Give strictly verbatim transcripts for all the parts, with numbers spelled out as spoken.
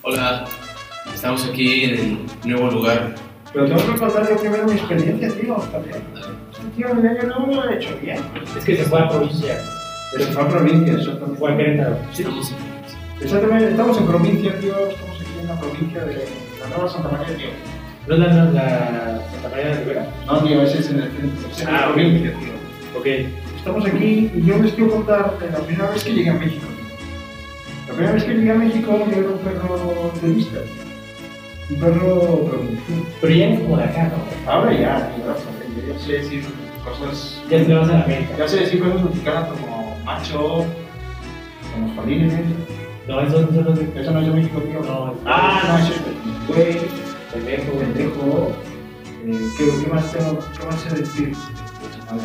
Hola, estamos aquí en el nuevo lugar. Pero tengo que contar yo primero mi experiencia, tío, también. Tío, el año nuevo no lo he hecho bien. Es que se fue a provincia. Se fue a provincia, eso también. Fue a Querétaro. Sí. Estamos en... Exactamente, estamos en provincia, tío. Estamos aquí en la provincia de la Nueva Santa María, tío. ¿No es la, la, la Santa María de Rivera? No, tío, ese es en el centro. Es en la Ah, provincia, tío. Ok. Estamos aquí y yo les quiero contar de la primera vez que llegué a México, tío. La primera vez que llegué a México, yo era un perro turista, tío. Un perro provincial. Pero ya es como de acá, ¿no? Ahora ya, tío, yo ya sé decir cosas. Ya te vas a la América. Ya sé decir cosas mexicanas como macho, como jolines. No, eso no es de... Eso no es de México, tío. No, es- Ah, no, eso es de güey, pendejo, pendejo. Eh, ¿qué, ¿Qué más tengo? ¿Qué más sé decir? Vale.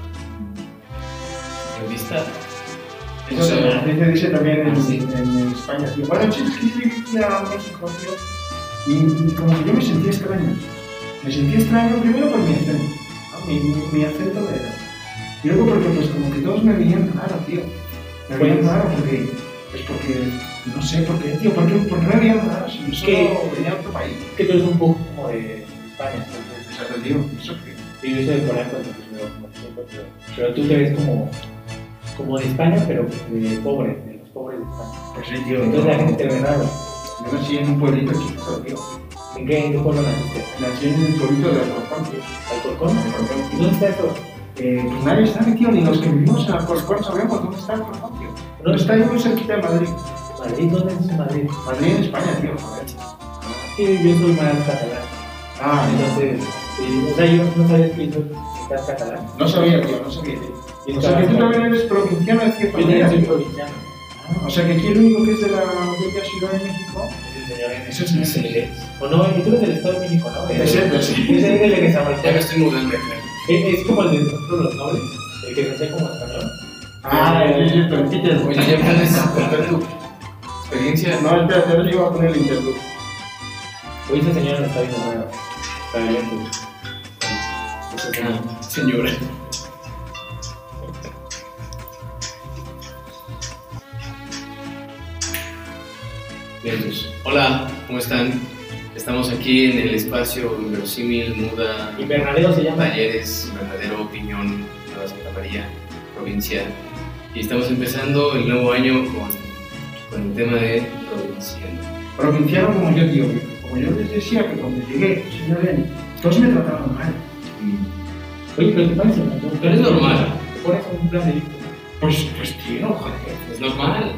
¿Revista? Eso se dice, dice también en, Ah, sí. en, en España, tío. Bueno, chicos, que yo llegué a México, tío. Y, y como que yo me sentía extraño. Me sentía extraño primero por mi acento, ¿no? mi, mi, mi acento era. Y luego porque pues como que todos me veían raro, tío. Me veían raro porque, pues porque, no sé por qué, tío, ¿por qué, por qué me veían raro si yo solo ¿Qué? venía de otro país? Es que tú eres un poco como de España, entonces... Exacto, tío, eso que... Sí, yo soy de polaco, entonces me veo como chico, pero... Pero tú te ves como... como de España, pero de pobre, de los pobres de España. Pues sí, tío. Entonces la gente te ve raro. Yo nací en un pueblito chiquito, tío. ¿En qué, en qué pueblo naciste? Nací en el pueblito de Alcorcón, tío. ¿Alcorcón? Alcorcón, ¿Y tío. dónde está eso? Eh, pues nadie sabe, tío, ni los que vivimos en Alcorcón sabemos dónde está Alcorcón, tío. No está ahí muy cerquita de Madrid. ¿Madrid? ¿Dónde es Madrid? Madrid en España, tío, joder. Sí, yo soy más catalán. Ah, Entonces, sí, o sea, yo no sabía que yo estás catalán. no sabía, tío, no sabía, tío. Y O sea, que tú estaba- también eres provinciano de cierta Yo también manera, soy tío. provinciano. Ah, o sea, que aquí el único que es de la propia Ciudad de México. Ese señor en Ese es el sí. O no, y tú eres del Estado de México, ¿no? Es cierto, sí. Ese es el de que se llama Ya me estoy mudando, creo. Es, es como el de nosotros los nobles, el que se hacía como español. Ah, es cierto, el Peter. Oye, ya puedes contar tu experiencia. No, espérate, ahora le iba a poner el interludio. Oye, ese señor no está viendo nada. Está bien, ese señor. Ah, señora. Bien, pues, hola, ¿cómo están? Estamos aquí en el espacio Inverosímil, Muda, Invernadero se llama. Talleres, Verdadero Opinión, Nueva Santa María, provincia. Y estamos empezando el nuevo año con, con el tema de provinciano. Provinciano como yo, tío. Como yo les decía que cuando llegué, señor N, todos me trataban mal. Oye, pero te parece, ¿no? Pero es normal. Te pones un plan de víctima. Pues, pues tío, joder. Es normal.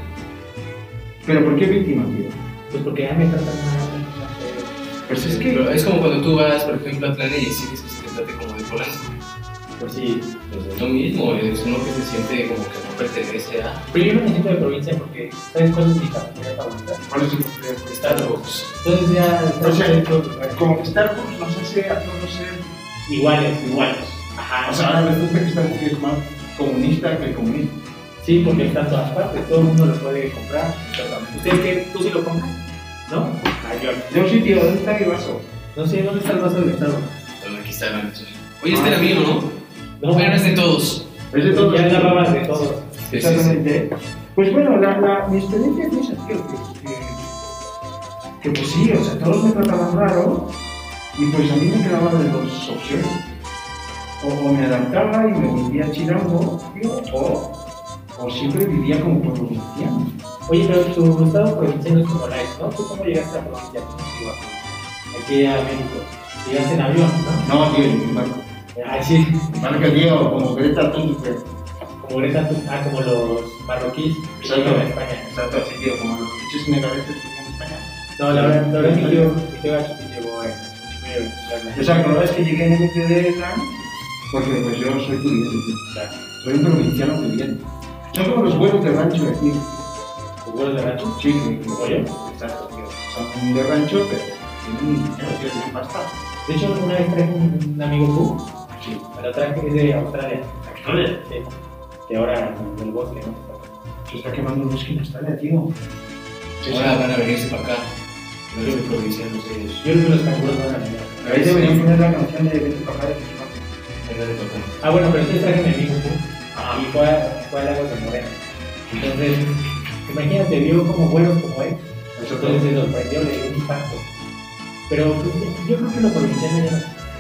¿Pero por qué víctima, tío? Pues porque ya me tratan mal, no sé. Pues es que... Pero es como cuando tú vas, por ejemplo, a Tlane y exiges que se te trate como de polanco. Pues sí. Pues es lo mismo, es uno que se siente como que no pertenece a Pero yo no me siento de provincia porque, ¿sabes cuál es mi cafetería favorita? ¿Cuál es el problema? Starbucks. Entonces ya... O sea, en todos los lugares. como que Starbucks nos hace a todos ser... Iguales, iguales. Ajá. O sea, ahora resulta que Starbucks es más comunista que el comunismo. Sí, porque está en todas partes, todo el mundo lo puede comprar. ¿Ustedes qué? ¿Tú sí lo compras? ¿No? Ah, yo. Yo sí, tío, ¿dónde está mi vaso? No sé, ¿dónde está el vaso del Starbucks? Bueno, aquí está la Oye, este era mío, ¿no? No, Pero es de todos. Es de todos. ya es la baba de todos. Sí, sí, sí. Exactamente. Pues bueno, la, la, mi experiencia es esa, tío, que, que, que pues sí, o sea, todos me trataban raro y pues a mí me quedaban de dos opciones. O, o me adaptaba y me volvía chilango, tío, o, o siempre vivía como provinciano. Oye, pero tu estado provinciano es como la ¿no? ¿Tú cómo llegaste a provincia? ¿Cómo te ibas? Aquí a México. Llegaste en avión, ¿no? No, tío, en barco. Ah, sí. Marca, tío, como Greta Thunberg. Como Greta, Thun- ah, como los marroquíes que Exacto. llegan a España. Exacto, así, tío, como los bichos senegaleses que viven en España. No, la verdad, la verdad, mi tío, mi tío Gacho te llevó en O sea, cada vez que llegué en M T D, porque pues yo soy pudiente, tío. Soy un provinciano pudiente. Son como los huevos de rancho de aquí. ¿Los vuelos de Gacho? Sí, que, ¿Como yo? exacto, tío. Son de rancho, pero tienen dinero, tío, tienen pasta. De hecho, una vez traje un, un amigo Q, Sí. me lo traje de Australia. ¿Australia? Sí. Que ahora en el bosque, ¿no? Se está quemando un bosque en Australia, tío. Ahora van a venirse para acá. No soy provinciano, no sé. Yo creo que los canguros van a venir. Ahí deberían poner la canción de Vete para acá de Fishman. Venga de tocar. Ah, bueno, pero entonces traje a mi amigo Q y fue, a, fue al lago de Morena. Entonces, imagínate, vio como vuelos como él, Eso todo. Entonces se sorprendió, le dio un impacto. Pero pues, yo creo que lo provinciano ya no.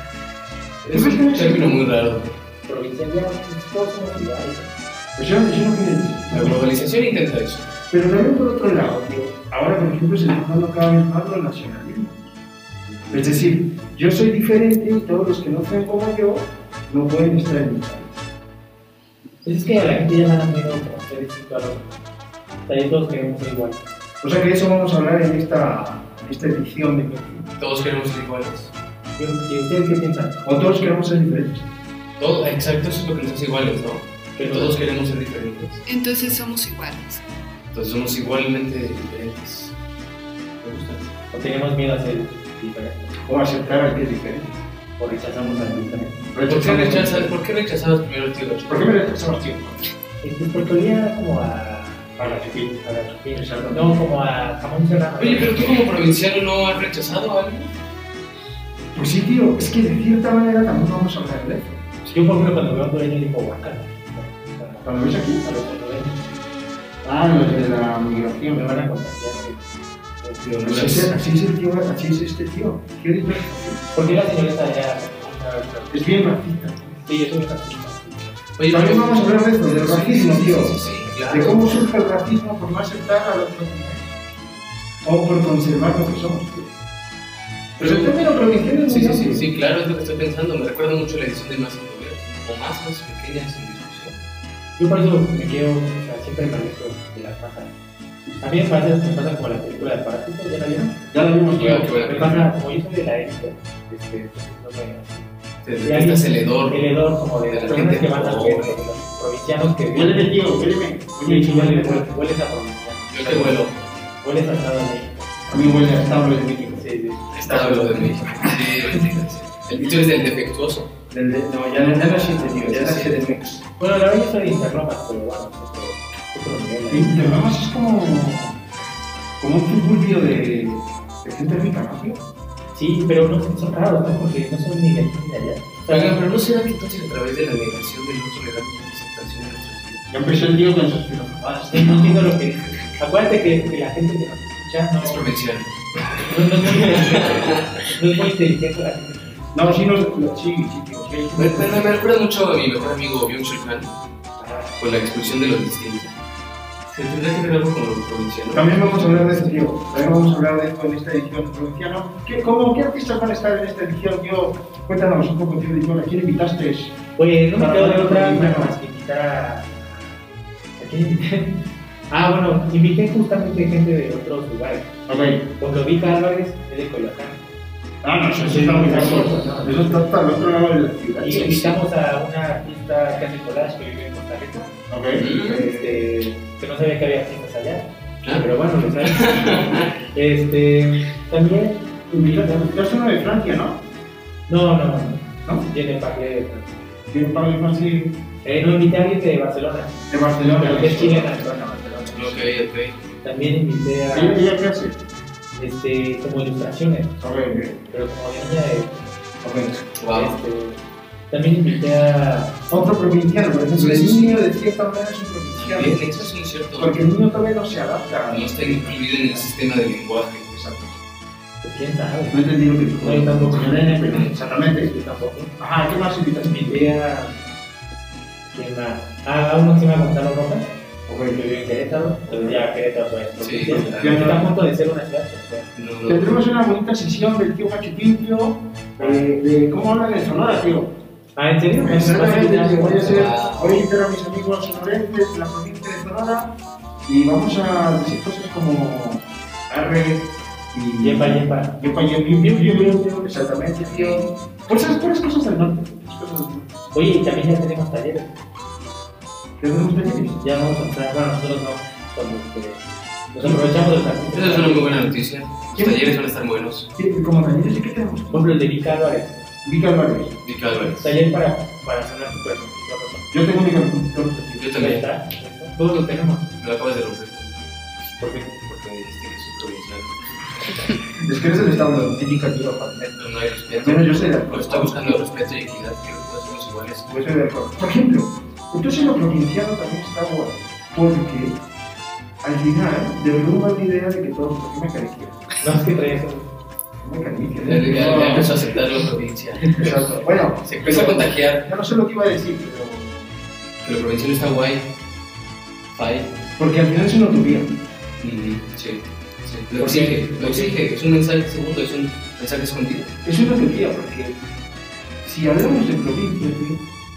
Es un término muy raro. Provincial ya, pues, todos somos iguales. Pues yo, yo no quiero decir. La globalización intenta eso. Pero también por otro lado, tío, ahora por ejemplo se está dando cada vez más los nacionalismos. Es decir, yo soy diferente y todos los que no sean como yo no pueden estar en mi país. Pues es que a la gente ya le da miedo como ser distinto a los otros. O sea, ya todos queremos ser iguales. O sea que de eso vamos a hablar en esta, en esta edición de Coquín. Todos queremos ser iguales. ¿Y ustedes qué piensan? O todos queremos ser diferentes. Todo, exacto, eso es lo que nos hace iguales, ¿no? Que todos queremos ser diferentes. Entonces somos iguales. Entonces somos igualmente diferentes. Me gusta. ¿O tenemos miedo a ser diferentes? O aceptar al que es diferente. ¿O rechazamos al diferente? ¿Por qué rechazas, ¿por qué rechazabas primero el tío Gacho? ¿Por qué me rechazamos, tío? Eh, Pues porque olía como a... A la chupín. a la chupín, no, como a jamón serrano. Oye, pero tú como provinciano no has rechazado a alguien. Pues sí, tío, es que de cierta manera también vamos a hablar de eso. Yo, por ejemplo, cuando veo a un dueño digo, guacala. Cuando ves aquí, A los hondureños ah, los de la migración, me van a contagiar. De Así Honduras. es, así es el tío, así es este tío. ¿Qué diferencia? Porque la señorita ya... Es bien racista. Sí, yo soy racista. Oye, También pero- vamos a hablar de eso, del Sí, racismo, sí, tío. Sí, sí, claro. De cómo surge el racismo por no aceptar a los otros o por conservar lo que somos, tío. Pues el término provinciano es Sí, muy sí, sí, amplio. sí, claro, es lo que estoy pensando. Me recuerda mucho la edición de Más en Gobierno, o más más pequeñas en discusión. Yo por eso me quiero, o sea, siempre me alejo de las pajas. A mí me pasa, me pasa como la película de Parásito, ¿ya la vieron? Ya lo vimos, Qué tío. bueno, qué bueno. Me pasa, como yo soy de la élite, este, no me... Te detestas el hedor. El hedor como de de las la personas gente que van al pobre. pueblo, de los provincianos que Huéleme, tío, huéleme. Oye, sí, huele, huele, hueles a provinciano. Yo te vuelo. Hueles a Estado de México. A mí huele a establo de México. Sí, sí. Estaba lo de México. Sí, bendita sea. El dicho es del defectuoso. Del de- No, ya no ya no existe, tío. Ya no existe de Mex. Bueno, la verdad yo soy de Interlomas, pero bueno, es otro nivel. Y ahí. de Ramos es como. como un suburbio de. de gente rica, ¿no, tío? Sí, pero no son raros, ¿no? Porque no son ni de aquí ni de allá. O sea, Oigan, pero ¿no será que entonces a través de la negación del otro le damos una aceptación a nuestras vidas? Ya empezó el tío con sus filosofadas. no entiendo lo que dice. Acuérdate que, que la gente que nos escucha no, Es provinciano. no, no es muy inteligente. No es muy inteligente la gente. No, sí, no. Sí, sí, tío. Sí, Me, me- me recuerda mucho a mi mejor amigo Byung-Chul Han con la expulsión de los distintos. ¿Se tendrá que ver algo con los provincianos? También vamos a hablar de esto, tío. También vamos a hablar de esto en esta edición provinciano. ¿Qué, cómo, ¿Qué artistas van a estar en esta edición, tío? Cuéntanos un poco, tío, de ¿a quién invitaste? Oye, no me Para quedo de hablar otra provinciano. más que invitar a. ¿A quién invité? Ah, bueno, invité justamente gente de otros lugares. Ok. Cuando vi Álvarez es de Coyoacán. Ah, no, eso sí está muy lejos. Eso está hasta el otro lado de la ciudad. Y invitamos a una artista que hace collage que vive en Costa Rica. Ok. Este, que no sabía que había artistas allá. Ah. Pero bueno, lo sabes. Este, también. Invitaste uno de Francia, ¿no? No, no, no. ¿No? Tiene parte Tiene un par de Francia Eh, no, invité a alguien de Barcelona. de Barcelona. Pero que es chilena, Barcelona, Barcelona. Ok, ok. También invité a. ¿Ella, ella qué hace? Este, como ilustraciones, Ok, pero como niña de. ok. Wow. Este, también invité a. Otro provinciano, por ejemplo, Sí, el sí, niño de cierta manera es un provinciano. Bien, eso es un cierto. Porque el niño todavía no se adapta. No está incluido en el sistema de lenguaje. Exacto. Pues quién sabe. No entendí lo que dijo. No, yo tampoco. Señor N, pero exactamente. Yo tampoco. Ajá, ¿qué más invitaste? Invité a. ¿Quién más? Ah, a uno que se llama Gonzalo Rojas, Ok. que vive en Querétaro. Pues ya Querétaro, pues. Sí, provincia. ya, ya. Está a punto de ser una ciudad. pues, No, no. Tendremos una bonita sesión del tío Machupimpio, de, de cómo hablan en Sonora, tío. Ah, ¿en serio? Exactamente, tío. Voy a, hacer, Wow. voy a invitar a mis amigos sonorenses de la provincia de Sonora y vamos a decir cosas como arre y Yepa, yepa. yepa, yepa, yepa, yepa, yepa, exactamente, tío. Por esas puras cosas del norte. esas cosas del norte. Oye, y también ya tenemos talleres. ¿Qué tenemos talleres? Ya vamos a entrar, bueno, nosotros no, cuando este, nos aprovechamos del partido. Esa es una muy buena noticia. Los talleres van a estar buenos. ¿Qué- Como talleres, ¿y qué tenemos? Por ejemplo, el de Vika Álvarez. Vica Álvarez. Vica Álvarez. Taller para, para sanar tu cuerpo. Yo tengo mi cartón. Yo Ya también. está, ya está. Todos lo tenemos. Me lo acabas de romper. ¿Por qué? Porque me dijiste que soy provincial. Es que eres el establo típico aquí, lo Juan. Pero no hay respeto. Bueno, yo soy de Pero acuerdo. está buscando respeto y equidad. Creo que todos somos iguales. Yo soy de acuerdo. Por ejemplo, entonces lo provinciano también está guay, porque al final derrumba la idea de que todos, porque me acaricia. No, es que traes un... Me acaricia. Ya, ya, ya empezó a aceptar la provincia. Exacto. Bueno, Se empezó a contagiar. ya no sé lo que iba a decir, pero... Que la provincia está guay. Fai. Porque al final es una utopía. Mm, sí. sí. Lo exige, lo exige. Es un mensaje, segundo, es un mensaje escondido. Es una utopía porque si hablamos de provincia, tío...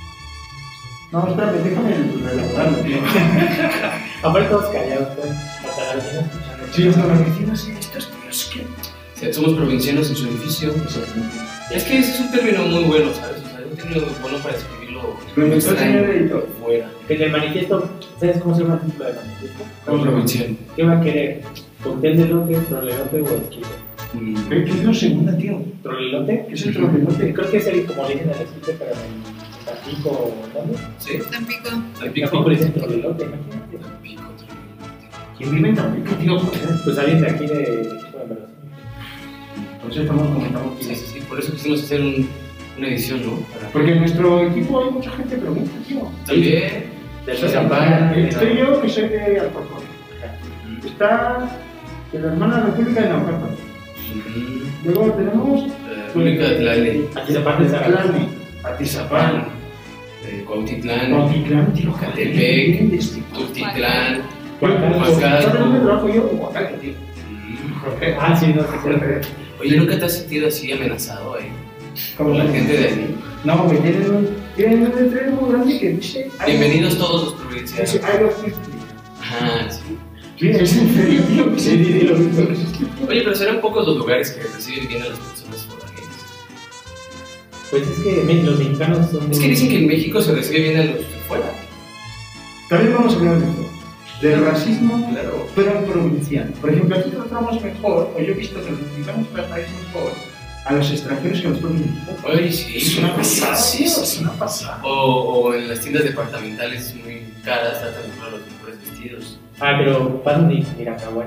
No, espérate, déjame elaborarlo, tío. Aparte todos callados, pues, hasta la vecina escuchando. Sí, hasta la vecina, sí, estos tíos que... O sea, somos provincianos en su edificio. Es que ese es un término muy bueno, ¿sabes? O sea, un término bueno para describirlo. Lo inventó el señor editor. Fuera. En el manifiesto, ¿sabes cómo se llama el título del manifiesto? Como provinciano. ¿Qué va a querer? ¿Cóctel de lote, trolelote o esquite? Mm. ¿Qué es lo segunda, tío? ¿Trolelote? ¿Qué es el trolelote? Creo que es el, como le dicen al esquite, pero en Tampico o ¿dónde? ¿Sí? Tampico. Tampico Tampico. le dicen trolelote, imagínate. Tampico, Tampico. ¿Quién vive en Tampico, tío? Joder. Pues alguien de aquí de equipo de Veracruz. Por eso estamos comentando Sí, aquí. sí, sí. Por eso quisimos hacer un, una edición, ¿no? Para... Porque en nuestro equipo hay mucha gente provincia, tío. También. De Zapata, de estoy yo que soy de Alcorcón. Está de la hermana República de Naucalpan. Mm. Luego tenemos La República de Tlale. Aquí se parte de Zaragoza. Tlane, Atizapán, eh, Cuautitlán. Cuautitlán, tío, Catepec, Tultitlán. ¿Sabes Huacalco. dónde trabajo yo? En Huacalco, tío. Mm. Joder. Ah, sí, no sé. Oye, ¿nunca te has sentido así amenazado ahí? Como Por la gente de ahí. No, me tienen un, tienen un letrero muy grande que dice... Bienvenidos todos los provincianos. Dice, I love you. Ajá, sí. Sí, es en serio, tío. Sí, sí, sí, lo vi. Oye, pero serán pocos los lugares que reciben bien a las personas foráneas. Pues es que me- los mexicanos son Es que dicen que en México se recibe bien a los de fuera. También vamos a hablar de esto. Del racismo, Claro. pero provincial. Por ejemplo, aquí tratamos mejor, o yo he visto que los mexicanos tratáis mejor a los extranjeros que a los propios mexicanos. Oye, sí. Es una pasada, Sí, tío, sí, es sí. una pasada. O, o en las tiendas departamentales muy caras tratan mejor a los mejores vestidos. Ah, pero pasan de Miracahuán.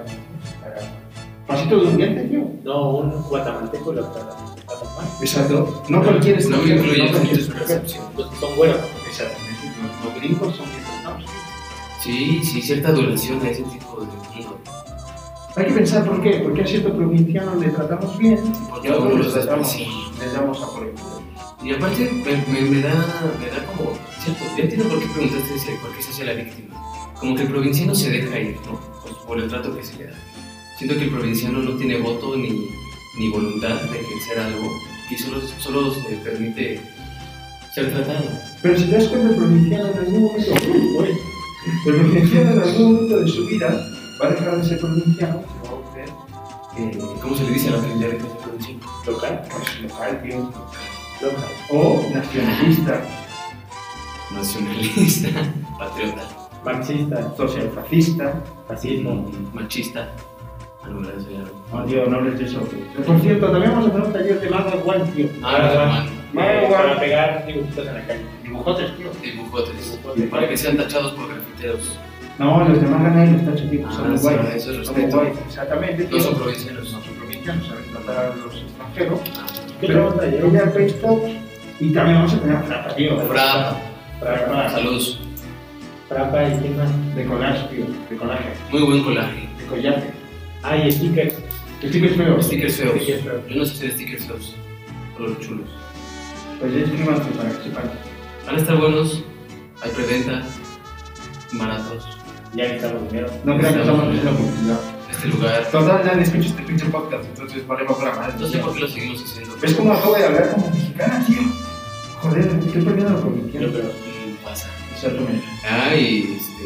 Pasito de un diente, tío. No, un guatemalteco lo tratan tratan mal. Exacto. No cualquier No extranjero, incluye no cualquier su extranjero. percepción. Los que son güeros. Exactamente. Los- Los gringos son bien tratados. Sí, sí, cierta adoración a ese tipo de mundo. Hay que pensar por qué. Porque a cierto provinciano le tratamos bien Porque y a a uno otros los les tratamos, despreciamos. les damos a por el culo. Y aparte me, me, me da, me da como, cierto, ya entiendo por qué preguntaste ese- por qué se hace la víctima. Como que el provinciano se deja ir, ¿no? Pues por el trato que se le da. Siento que el provinciano no tiene voto ni, ni voluntad de ejercer algo y solo, solo se permite ser tratado. Pero si te das cuenta, el provinciano en algún momento, uy, el provinciano en algún momento de su vida va a dejar de ser provinciano, se va a volver eh, ¿Cómo se le dice a la gente de que es provinciano? Local. pues, local, tío, Local. o nacionalista, Nacionalista, patriota, Marxista. socialfascista. Fascismo. machista. Ah, no, eso ya no. No, tío, no hables de eso. Pero, por cierto, también vamos a hacer un taller de manga guay, tío. Ah, hermano. Eh, para pegar dibujitos en la calle. Dibujotes, tío. Dibujotes. Dibujotes. Para que sean tachados por grafiteros. No, los de manga nadie los tacha, tío. Ah, Son muy sí, guay. eso es Son muy respeto. guay. Exactamente, tío. No son provincianos. No son provincianos, saben tratar a los extranjeros. ¿Qué Pero otro taller? ella Facebook y también vamos a tener frapa, tío. Frapa. Frapa. Saludos. Frapa y quién más. De collage, tío. De collage. Muy buen colaje. De collage. Ah, y stickers. Stickers feos. Stickers feos. Stickers feos. Yo no sé hacer stickers feos. Solo los chulos. Pues ya escríbanse para que sepan. Van a estar buenos. Hay preventa. Baratos. Ya necesitamos dinero. No crean que estamos haciendo publicidad. Este lugar. Total, nadie escucha este pinche podcast, entonces vale para la madre. No sé por qué lo seguimos haciendo. Es como acabo de hablar como mexicana, tío. Joder, estoy perdiendo la Yo, provincia. pero. Mm, pasa. Exactamente. Ah, y este.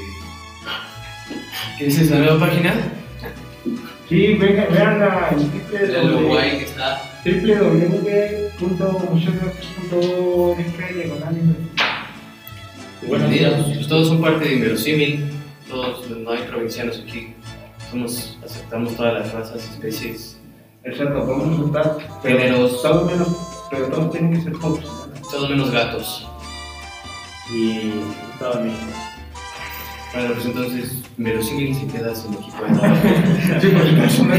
¿Qué dices? ¿La nueva página? Sí, venga, vean la La lo guay que está. w w w punto museo de artes punto org diagonal Bueno, Mira, pues todos son parte de Inverosímil. Todos, no hay provincianos aquí. Somos, aceptamos todas las razas, especies. Exacto, podemos aceptar. Géneros. Todos menos, pero todos tienen que ser todos. Todo menos gatos. y todo México. Bueno, pues entonces, Inverosímil se queda sin equipo de trabajo. Sí, porque no es una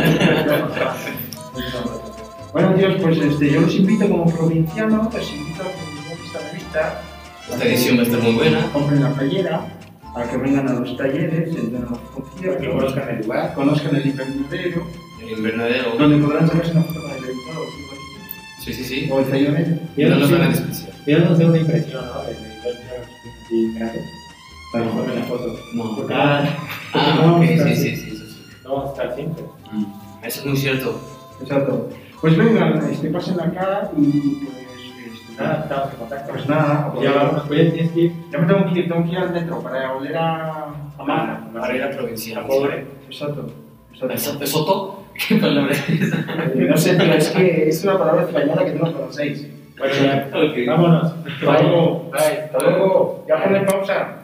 Bueno, tíos, pues este, yo los invito como provinciano, los invito a que visiten esta revista. Esta edición va a estar muy buena. Compren la playera. a que vengan a los talleres, entren a los conciertos, que conozcan el lugar, conozcan el invernadero, El invernadero. donde podrán sacarse una foto con el director o algo Sí, sí, sí. así, o el tallonete. Y no los van a despreciar. Dieron una impresión, ¿no? De de grande. Para tomarme la foto. No. Porque ah, Ah, no, ok, está sí, así. sí, sí, eso sí. no vamos a estar siempre. Mm, Eso es muy cierto. Exacto. Pues vengan, este, pasen acá y pues, este, Nada, estamos en contacto. pues nada, Ya vamos, pues ya tienes que ir. ya me tengo que ir, tengo que ir al metro para oler a, a mar. Para ir a provincial. La pobre. Exacto. exacto. ¿Eso- ¿Soto? ¿Qué palabra es esa? No sé, tío, es que es una palabra española que no lo conocéis. Bueno, ya. Ok. Vámonos. Hasta luego. Bye. Hasta luego. Ya ponen pausa.